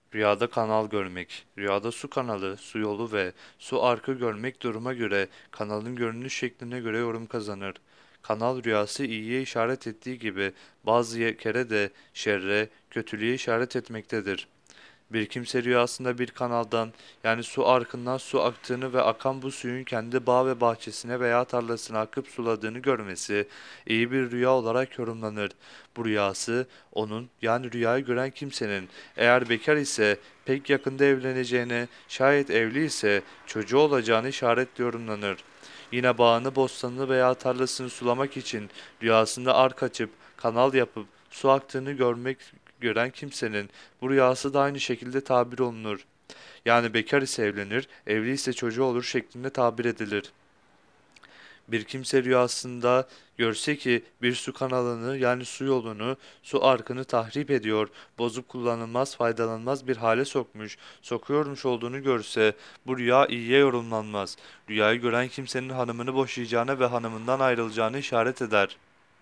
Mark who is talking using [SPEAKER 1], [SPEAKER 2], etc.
[SPEAKER 1] Rüyada kanal görmek. Rüyada su kanalı, su yolu ve su arkı görmek duruma göre kanalın görünüş şekline göre yorum kazanır. Kanal rüyası iyiye işaret ettiği gibi bazı kere de şerre, kötülüğe işaret etmektedir. Bir kimse rüyasında bir kanaldan yani su arkından su aktığını ve akan bu suyun kendi bağ ve bahçesine veya tarlasına akıp suladığını görmesi iyi bir rüya olarak yorumlanır. Bu rüyası onun yani rüyayı gören kimsenin eğer bekar ise pek yakında evleneceğine, şayet evli ise çocuğu olacağını işaretli yorumlanır. Yine bağını, bostanını veya tarlasını sulamak için rüyasında ark açıp, kanal yapıp su aktığını gören kimsenin bu rüyası da aynı şekilde tabir olunur. Yani bekar ise evlenir, evli ise çocuğu olur şeklinde tabir edilir. Bir kimse rüyasında görse ki bir su kanalını yani su yolunu, su arkını tahrip ediyor, bozup kullanılmaz, faydalanmaz bir hale sokuyormuş olduğunu görse bu rüya iyiye yorumlanmaz. Rüyayı gören kimsenin hanımını boşayacağına ve hanımından ayrılacağını işaret eder.